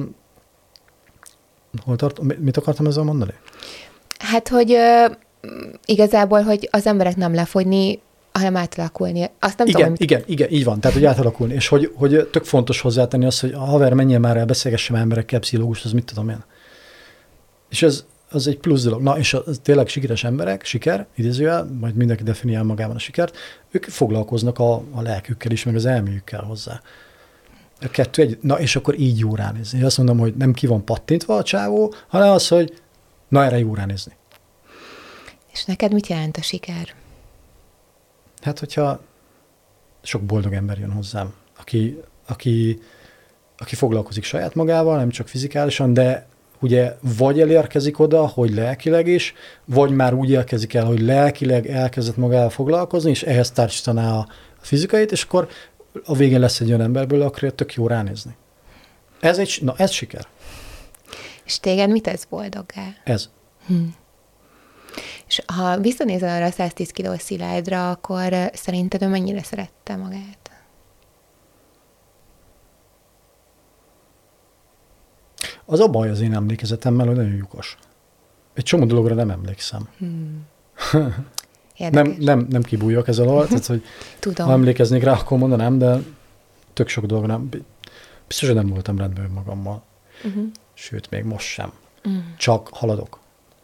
mit akartam ezzel mondani? Hát, hogy igazából, hogy az emberek nem lefogyni, hanem átalakulni. Azt nem tudom, igen, így van. Tehát, hogy átalakulni. És hogy tök fontos hozzátenni azt, hogy a haver menjen már el, beszélgessem emberekkel, pszichológus, az mit tudom én. És az egy plusz dolog. Na, és tényleg sikeres emberek, idézőjel, majd mindenki definiál magában a sikert, ők foglalkoznak a lelkükkel is, meg az elméjükkel hozzá. A kettő egy. Na, és akkor így jó ránézni. Én azt mondom, hogy nem ki van pattintva a csávó, hanem az, hogy na, erre jó ránézni. És neked mit jelent a siker? Hát, hogyha sok boldog ember jön hozzám, aki foglalkozik saját magával, nem csak fizikálisan, de ugye vagy elérkezik oda, hogy lelkileg is, vagy már úgy érkezik el, hogy lelkileg elkezdett magával foglalkozni, és ehhez társítaná a fizikait, és akkor a végén lesz egy olyan emberből, akkor tök jó ránézni. Ez siker. És téged mit tesz boldoggá? Ez. És ha visszanézel arra a 110 kilós Szilárdra, akkor szerinted ő mennyire szerette magát? Az a baj az én emlékezetemmel, hogy nagyon lyukos. Egy csomó dologra nem emlékszem. Nem kibújjak ez alól, tehát, hogy tudom. Ha emlékeznék rá, akkor mondanám, de tök sok dolog nem. Biztos, hogy nem voltam rendben magammal. Sőt, még most sem. Csak haladok.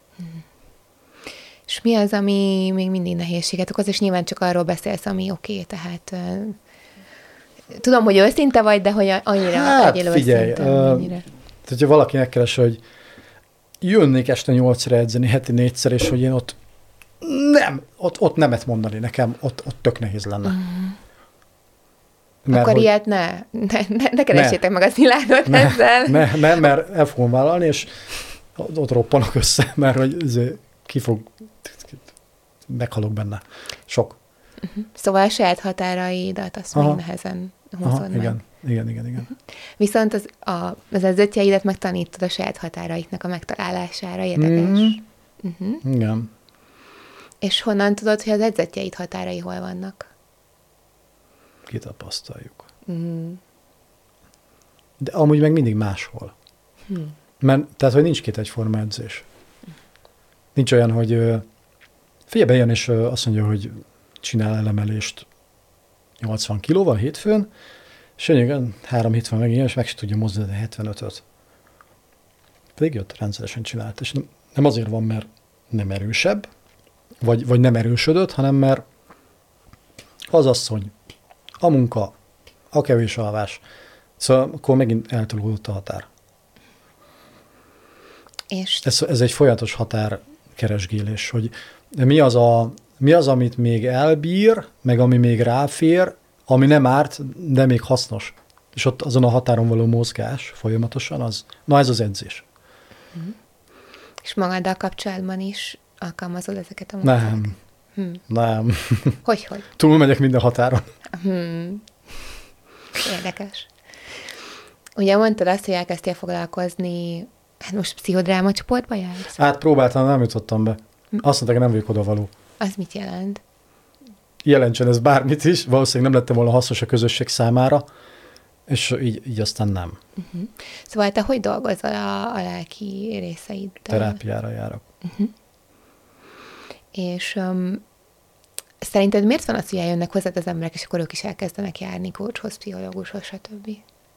És mi az, ami még mindig nehézséget okoz, és nyilván csak arról beszélsz, ami oké, tehát tudom, hogy őszinte vagy, de hogy annyira legyél figyelj, őszinte. Tehát, ha valaki megkeres, hogy jönnék este 8-ra edzeni, heti 4-szer, és hogy én ott nemet mondani nekem, ott tök nehéz lenne. Akkor ilyet ne keressétek meg a Szilárdot ezzel. Nem, mert el fogom vállalni, és ott roppanok össze, mert hogy meghalok benne. Sok. Szóval a saját határaidat azt még nehezen hozod meg. Igen. Viszont az edzőtjeidet megtanítod a saját határaiknak a megtalálására, érdekes. Igen. És honnan tudod, hogy az edzőtjeid határai hol vannak? Kitapasztaljuk. De amúgy meg mindig máshol. Tehát, hogy nincs két egyforma edzés. Nincs olyan, hogy figyelj, bejön, és azt mondja, hogy csinál elemelést 80 kilóval hétfőn, és jön 3 hétfőn megint, és meg se tudja mozdulni 75-öt. Pedig jött, rendszeresen csinált. És nem azért van, mert nem erősebb, vagy nem erősödött, hanem mert az asszony, a munka, a kevés alvás. Szóval akkor megint eltolódott a határ. És ez egy folyamatos határkeresgélés, hogy mi az, amit még elbír, meg ami még ráfér, ami nem árt, de még hasznos. És ott azon a határon való mozgás folyamatosan, ez az edzés. És magaddal kapcsolatban is alkalmazod ezeket a módszereket? Nem. Hogy? Túlmegyek minden határon. Érdekes. Ugye mondtad azt, hogy elkezdtél foglalkozni, hát most pszichodráma csoportba jársz? Hát próbáltam, nem jutottam be. Azt mondták, nem vagyok odavaló. Az mit jelent? Jelentsen ez bármit is, valószínűleg nem lettem volna hasznos a közösség számára, és így aztán nem. Szóval te hogy dolgozol a lelki részeiddel? Terápiára járok. És szerinted miért van az, hogy eljönnek hozzád az emberek, és akkor ők is elkezdenek járni coachhoz, pszichológushoz, stb.?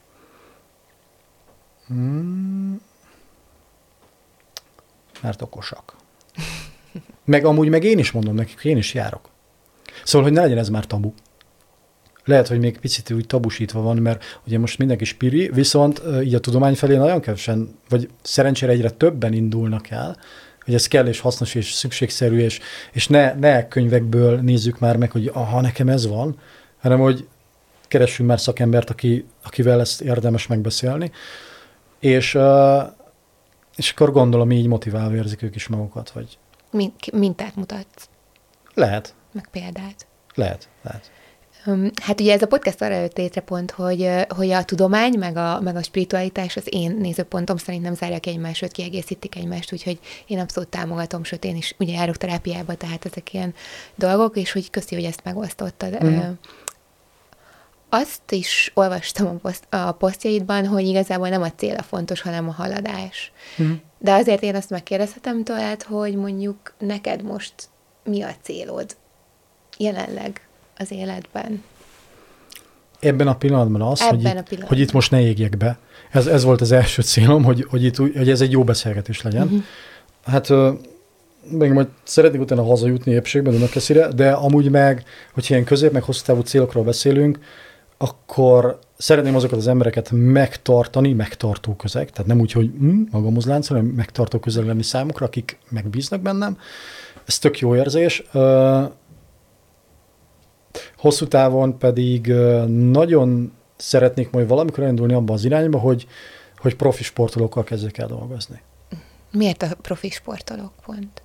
Mert okosak. Meg én is mondom nekik, hogy én is járok. Szóval, hogy ne legyen ez már tabu. Lehet, hogy még picit úgy tabusítva van, mert ugye most mindenki spiri, viszont így a tudomány felé nagyon kevesen, vagy szerencsére egyre többen indulnak el, hogy ez kell és hasznos és szükségszerű, és ne könyvekből nézzük már meg, hogy nekem ez van, hanem hogy keressünk már szakembert, akivel ezt érdemes megbeszélni. És akkor gondolom, így motiválva érzik ők is magukat. Vagy... Mintát mutatsz? Lehet. Meg példát? Lehet. Hát ugye ez a podcast arra jött létre pont, hogy a tudomány, meg a spiritualitás az én nézőpontom szerint nem zárják egymást, sőt kiegészítik egymást, úgyhogy én abszolút támogatom, sőt én is ugye járok terápiába, tehát ezek ilyen dolgok, és hogy köszi, hogy ezt megosztottad. Azt is olvastam a posztjaidban, hogy igazából nem a cél a fontos, hanem a haladás. De azért én azt megkérdezhetem tőled, hogy mondjuk neked most mi a célod jelenleg az életben? Ebben a pillanatban az, hogy itt most ne égjek be. Ez volt az első célom, hogy ez egy jó beszélgetés legyen. Hát meg majd szeretnék utána hazajutni épségben, Dunakeszire, de amúgy meg, hogyha ilyen közép, meg hosszú távú célokról beszélünk, akkor szeretném azokat az embereket megtartani, megtartó közeg, tehát nem úgy, hogy magamhoz láncolni, hanem megtartó közel lenni számukra, akik megbíznak bennem. Ez tök jó érzés. Hosszú távon pedig nagyon szeretnék majd valamikor elindulni abba az irányba, hogy profi sportolókkal kezdjek el dolgozni. Miért a profi sportolók pont?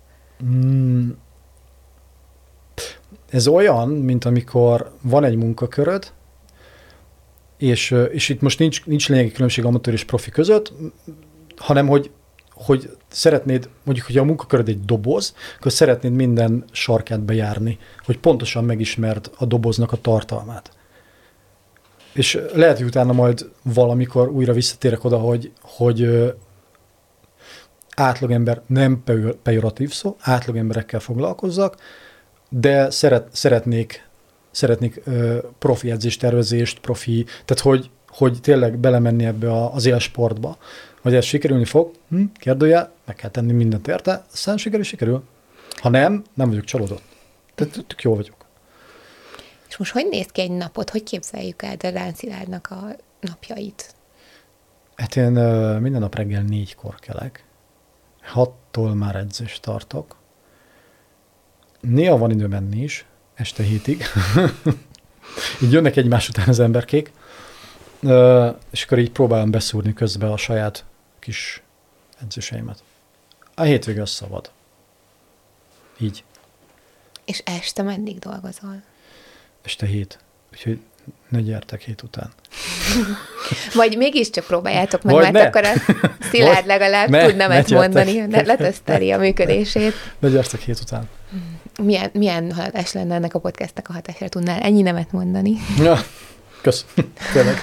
Ez olyan, mint amikor van egy munkaköröd, és itt most nincs lényegi különbség amatőr és profi között, hanem hogy szeretnéd, mondjuk, hogy a munkaköröd egy doboz, akkor szeretnéd minden sarkát bejárni, hogy pontosan megismerd a doboznak a tartalmát. És lehet, hogy utána majd valamikor újra visszatérek oda, hogy átlagember, nem pejoratív szó, átlagemberekkel foglalkozzak, de szeretnék profi edzéstervezést, tehát hogy tényleg belemenni ebbe az élsportba, hogy ez sikerülni fog, kérdőjel, meg kell tenni mindent érte, aztán sikerül. Ha nem vagyok csalódott. Tehát tök jó vagyok. És most hogy néz ki egy napot? Hogy képzeljük el Dredán Szilárdnak a napjait? Hát én minden nap reggel 4-kor kelek. 6-tól már edzést tartok. Néha van idő menni is, este 7-ig. Így jönnek egymás után az emberkék, és akkor így próbálom beszúrni közben a saját kis edzéseimet. A hétvége az szabad. Így. És este meddig dolgozol? Este 7. Úgyhogy ne gyertek 7 után. Vagy mégiscsak próbáljátok meg, Vagy mert akkor a Szilárd legalább tud nemet mondani, leteszteli a működését. Ne gyertek 7 után. Milyen haladás lenne ennek a podcastnek a hatására? Tudnál ennyi nemet mondani? Ja, kösz. Tényleg.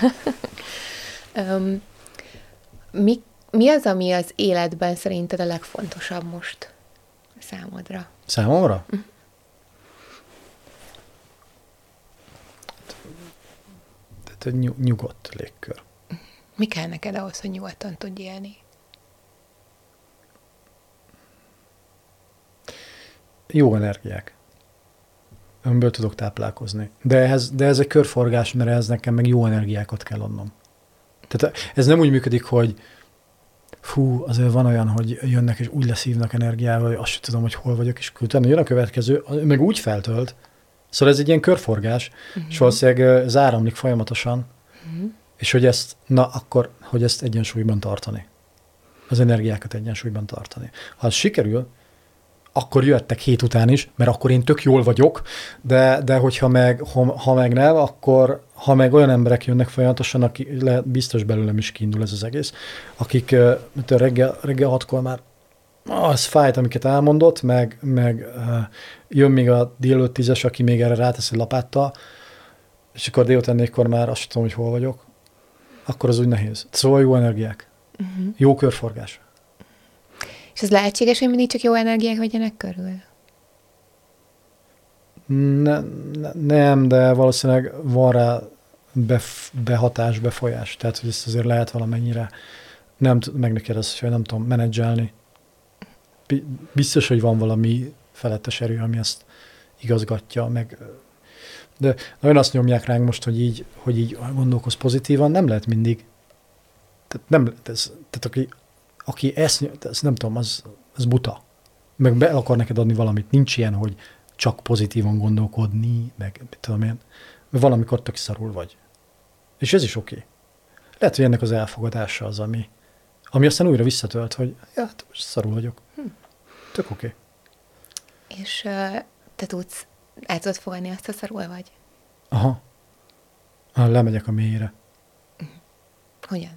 Mi az, ami az életben szerinted a legfontosabb most számodra? Számomra? Tehát egy nyugodt légkör. Mi kell neked ahhoz, hogy nyugodtan tudj élni? Jó energiák. Önből tudok táplálkozni. De ez egy körforgás, mert ehhez nekem meg jó energiákat kell adnom. Tehát ez nem úgy működik, hogy azért van olyan, hogy jönnek és úgy leszívnak energiával, hogy azt sem tudom, hogy hol vagyok, és utána jön a következő, meg úgy feltölt. Szóval ez egy ilyen körforgás, és valószínűleg ez áramlik folyamatosan, és hogy hogy ezt egyensúlyban tartani. Az energiákat egyensúlyban tartani. Ha ez sikerül, akkor jöttek 7 után is, mert akkor én tök jól vagyok, de hogyha ha meg nem, akkor ha meg olyan emberek jönnek folyamatosan, biztos belőlem is kiindul ez az egész, akik reggel 6-kor már az fájt, amiket elmondott, meg jön még a délelőtt 10-es, aki még erre rátesz egy lapáttal, és akkor délután 4-kor már azt tudom, hogy hol vagyok, akkor az úgy nehéz. Szóval jó energiák. Jó körforgás. És az lehetséges, hogy mindig csak jó energiák vegyenek körül? Nem, de valószínűleg van rá behatás, befolyás. Tehát, hogy ezt azért lehet valamennyire meg neked azt, hogy nem tudom, menedzselni. Biztos, hogy van valami felettes erő, ami ezt igazgatja, de nagyon azt nyomják ránk most, hogy így gondolkoz pozitívan, nem lehet mindig. Tehát aki ezt nem tudom, az buta. Meg be akar neked adni valamit. Nincs ilyen, hogy csak pozitívan gondolkodni, meg tudom én. Mert valamikor tök szarul vagy. És ez is oké. Lehet, hogy ennek az elfogadása az, ami aztán újra visszatölt, hogy hát most szarul vagyok. Tök oké. És te el tudod fogadni azt, hogy szarul vagy? Aha. Lemegyek a mélyére. Hogyan?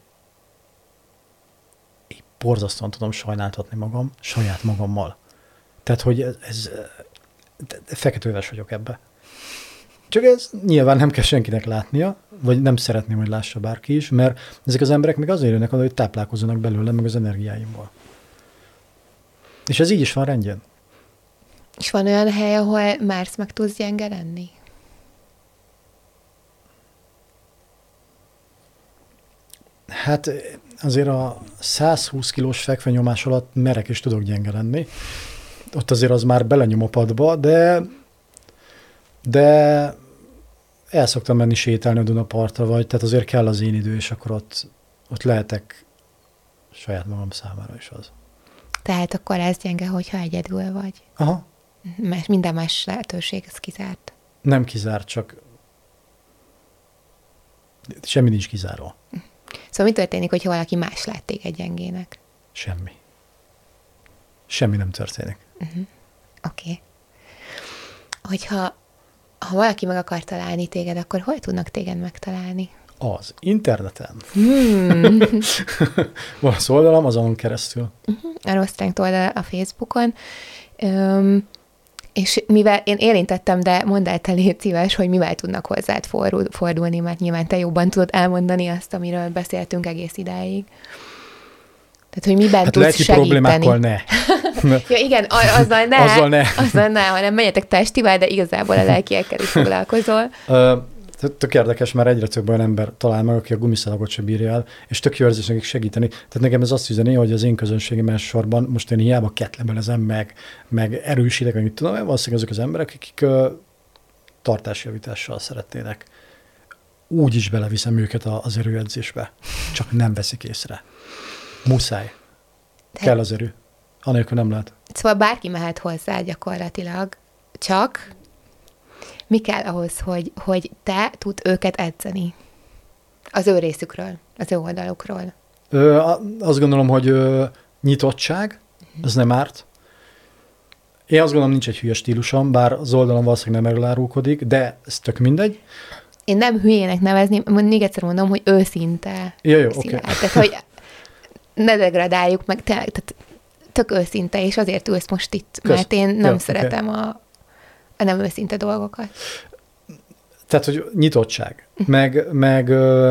Borzasztóan tudom sajnáltatni magam, saját magammal. Tehát, hogy ez feketőves vagyok ebbe. Csak ez nyilván nem kell senkinek látnia, vagy nem szeretném, hogy lássa bárki is, mert ezek az emberek még azért jönnek oda, hogy táplálkozzanak belőlem, meg az energiáimból. És ez így is van rendjén. És van olyan hely, ahol mersz meg tudsz gyenge lenni? Hát azért a 120 kilós fekvenyomás alatt merek és tudok gyenge lenni. Ott azért az már belenyom a padba, de el szoktam menni sétálni a Dunapartra, vagy tehát azért kell az én idő, és akkor ott lehetek saját magam számára is az. Tehát akkor ez gyenge, hogyha egyedül vagy. Aha. Minden más lehetőség, ez kizárt. Nem kizár, csak semmi nincs kizárva. Szóval mi történik, hogyha valaki más lát téged gyengének? Semmi. Semmi nem történik. Oké. Hogyha valaki meg akar találni téged, akkor hol tudnak téged megtalálni? Az interneten. Van az oldalam, azon keresztül. A Rose Strength oldal a Facebookon. És mivel én érintettem, de mondd el te, légy szíves, hogy mivel tudnak hozzád fordulni, mert nyilván te jobban tudod elmondani azt, amiről beszéltünk egész idáig. Tehát, hogy miben tudsz lelki segíteni. problémákkal ne. Ja, igen, azzal ne, hanem menjetek testivel, de igazából a lelkiekkel is foglalkozol. Tök érdekes, már egyre több olyan ember talál meg, aki a gumiszalagot se bírja el, és tök jó érzés nekik segíteni. Tehát nekem ez azt üzeni, hogy az én közönségem elsősorban most én hiába ketlebelezem meg erősítek, amit tudom, valószínűleg azok az emberek, akik tartásjavítással szeretnének. Úgy is beleviszem őket az erőedzésbe, csak nem veszik észre. Muszáj. Kell az erő. Anélkül nem lehet. Szóval bárki mehet hozzá gyakorlatilag, csak mi kell ahhoz, hogy te tud őket edzeni? Az ő részükről, az ő oldalukról. Azt gondolom, hogy nyitottság, ez nem árt. Én azt gondolom, nincs egy hülye stílusom, bár az oldalon valószínűleg nem erről árulkodik, de ez tök mindegy. Én nem hülyének nevezni, még egyszer mondom, hogy őszinte. Jó, oké. Tehát, hogy ne degradáljuk meg, tehát tök őszinte, és azért ülsz most itt, mert én nem szeretem a nem őszinte dolgokat. Tehát, hogy nyitottság, meg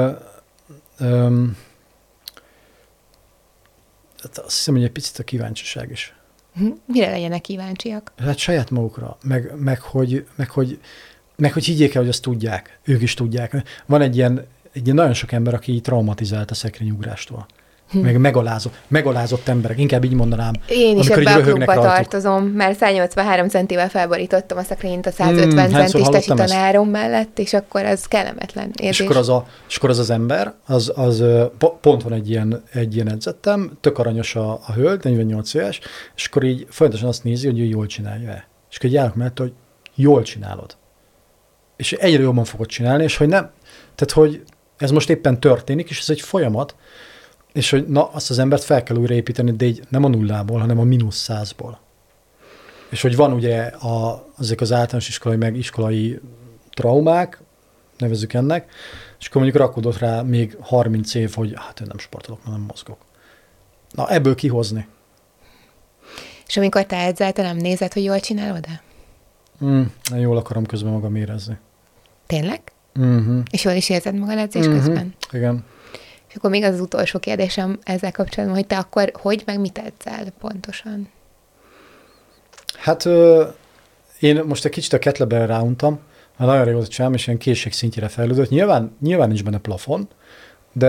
azt hiszem, hogy egy picit a kíváncsiság is. Mire legyenek kíváncsiak? Hát saját magukra, meg hogy higgyék el, hogy azt tudják, ők is tudják. Van egy ilyen nagyon sok ember, aki traumatizált a szekrényugrástól. Meg megalázott emberek, inkább így mondanám. Én is ebbe a klubba tartozom, mert 183 centivel felborítottam a szekrényt a 150 centis tesi tanárom mellett, és akkor az kellemetlen érzés. És akkor az ember, pont van egy ilyen edzettem, tök aranyos a hölgy, 48 éves, és akkor így folyamatosan azt nézi, hogy ő jól csinálja-e. És akkor így állok mellett, hogy jól csinálod. És egyre jobban fogod csinálni, és hogy nem, tehát hogy ez most éppen történik, és ez egy folyamat, és hogy azt az embert fel kell újraépíteni, de így nem a nullából, hanem a -100-ból. És hogy van ugye ezek az általános iskolai, meg iskolai traumák, nevezzük ennek, és akkor mondjuk rakodott rá még 30 év, hogy hát én nem sportolok, mert nem mozgok. Na, ebből kihozni. És amikor te edzel, te nem nézed, hogy jól csinálod-e? Jól akarom közben magam érezni. Tényleg? És jól is érzed magad edzés közben? Igen. És akkor még az utolsó kérdésem ezzel kapcsolatban, hogy te akkor hogy, meg mit edzel pontosan? Hát én most egy kicsit a kettlebellre ráuntam, mert nagyon régóta csinálom, és ilyen készség szintjére fejlődött. Nyilván nincs benne plafon, de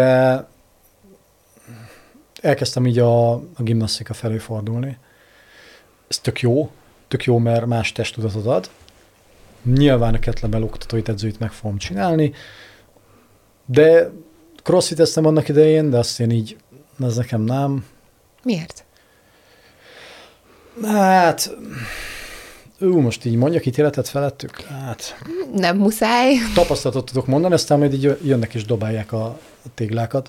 elkezdtem így a gimnasztika felé fordulni. Ez tök jó, mert más testtudatot ad. Nyilván a kettlebell oktatóit, edzőit meg fogom csinálni, de crossfiteztem annak idején, de azt én így, az nekem nem. Miért? Hát, most így mondjak ítéletet felettük? Hát, nem muszáj. Tapasztalatot tudok mondani, aztán majd így jönnek és dobálják a téglákat.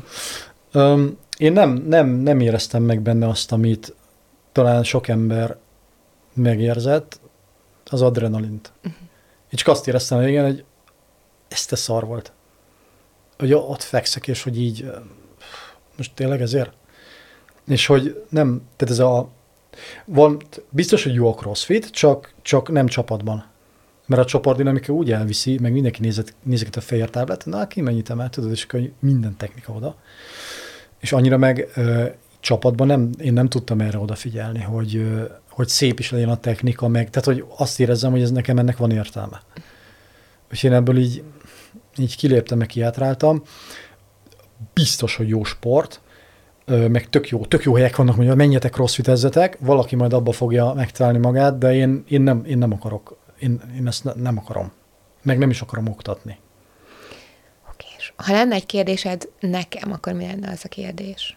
Én nem éreztem meg benne azt, amit talán sok ember megérzett, az adrenalint. És csak azt éreztem a végén, hogy ez te szar volt. Hogy ott fekszek, és hogy így most tényleg ezért? És hogy nem, tehát biztos, hogy jó a crossfit, csak nem csapatban. Mert a csoportdinamika úgy elviszi, meg mindenki nézeket a fehér táblát, na ki mennyit emel, tudod, és akkor minden technika oda. És annyira meg csapatban én nem tudtam erre odafigyelni, hogy szép is legyen a technika, meg, tehát hogy azt érezzem, hogy ennek van értelme. És én ebből így kiléptem, meg kiátráltam. Biztos, hogy jó sport, meg tök jó helyek vannak, hogy menjetek crossfitezzetek, valaki majd abba fogja megtalálni magát, de én nem akarok. Én ezt nem akarom. Meg nem is akarom oktatni. Oké, és ha lenne egy kérdésed nekem, akkor mi lenne az a kérdés?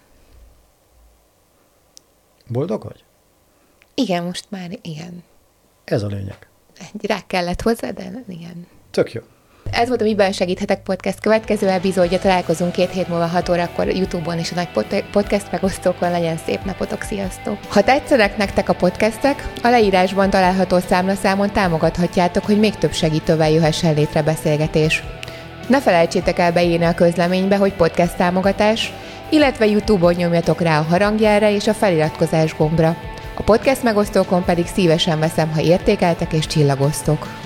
Boldog vagy? Igen, most már igen. Ez a lényeg. Egy rá kellett hozzá, de igen. Tök jó. Ez volt a Miben segíthetek podcast következő epizódja. Találkozunk 2 hét múlva 6 órakor YouTube-on és a nagy podcast megosztókon. Legyen szép napotok, sziasztok! Ha tetszenek nektek a podcastek, a leírásban található számlaszámon támogathatjátok, hogy még több segítővel jöhessen létre beszélgetés. Ne felejtsétek el beírni a közleménybe, hogy podcast támogatás, illetve YouTube-on nyomjatok rá a harangjelre és a feliratkozás gombra. A podcast megosztókon pedig szívesen veszem, ha értékeltek és csillagoztok.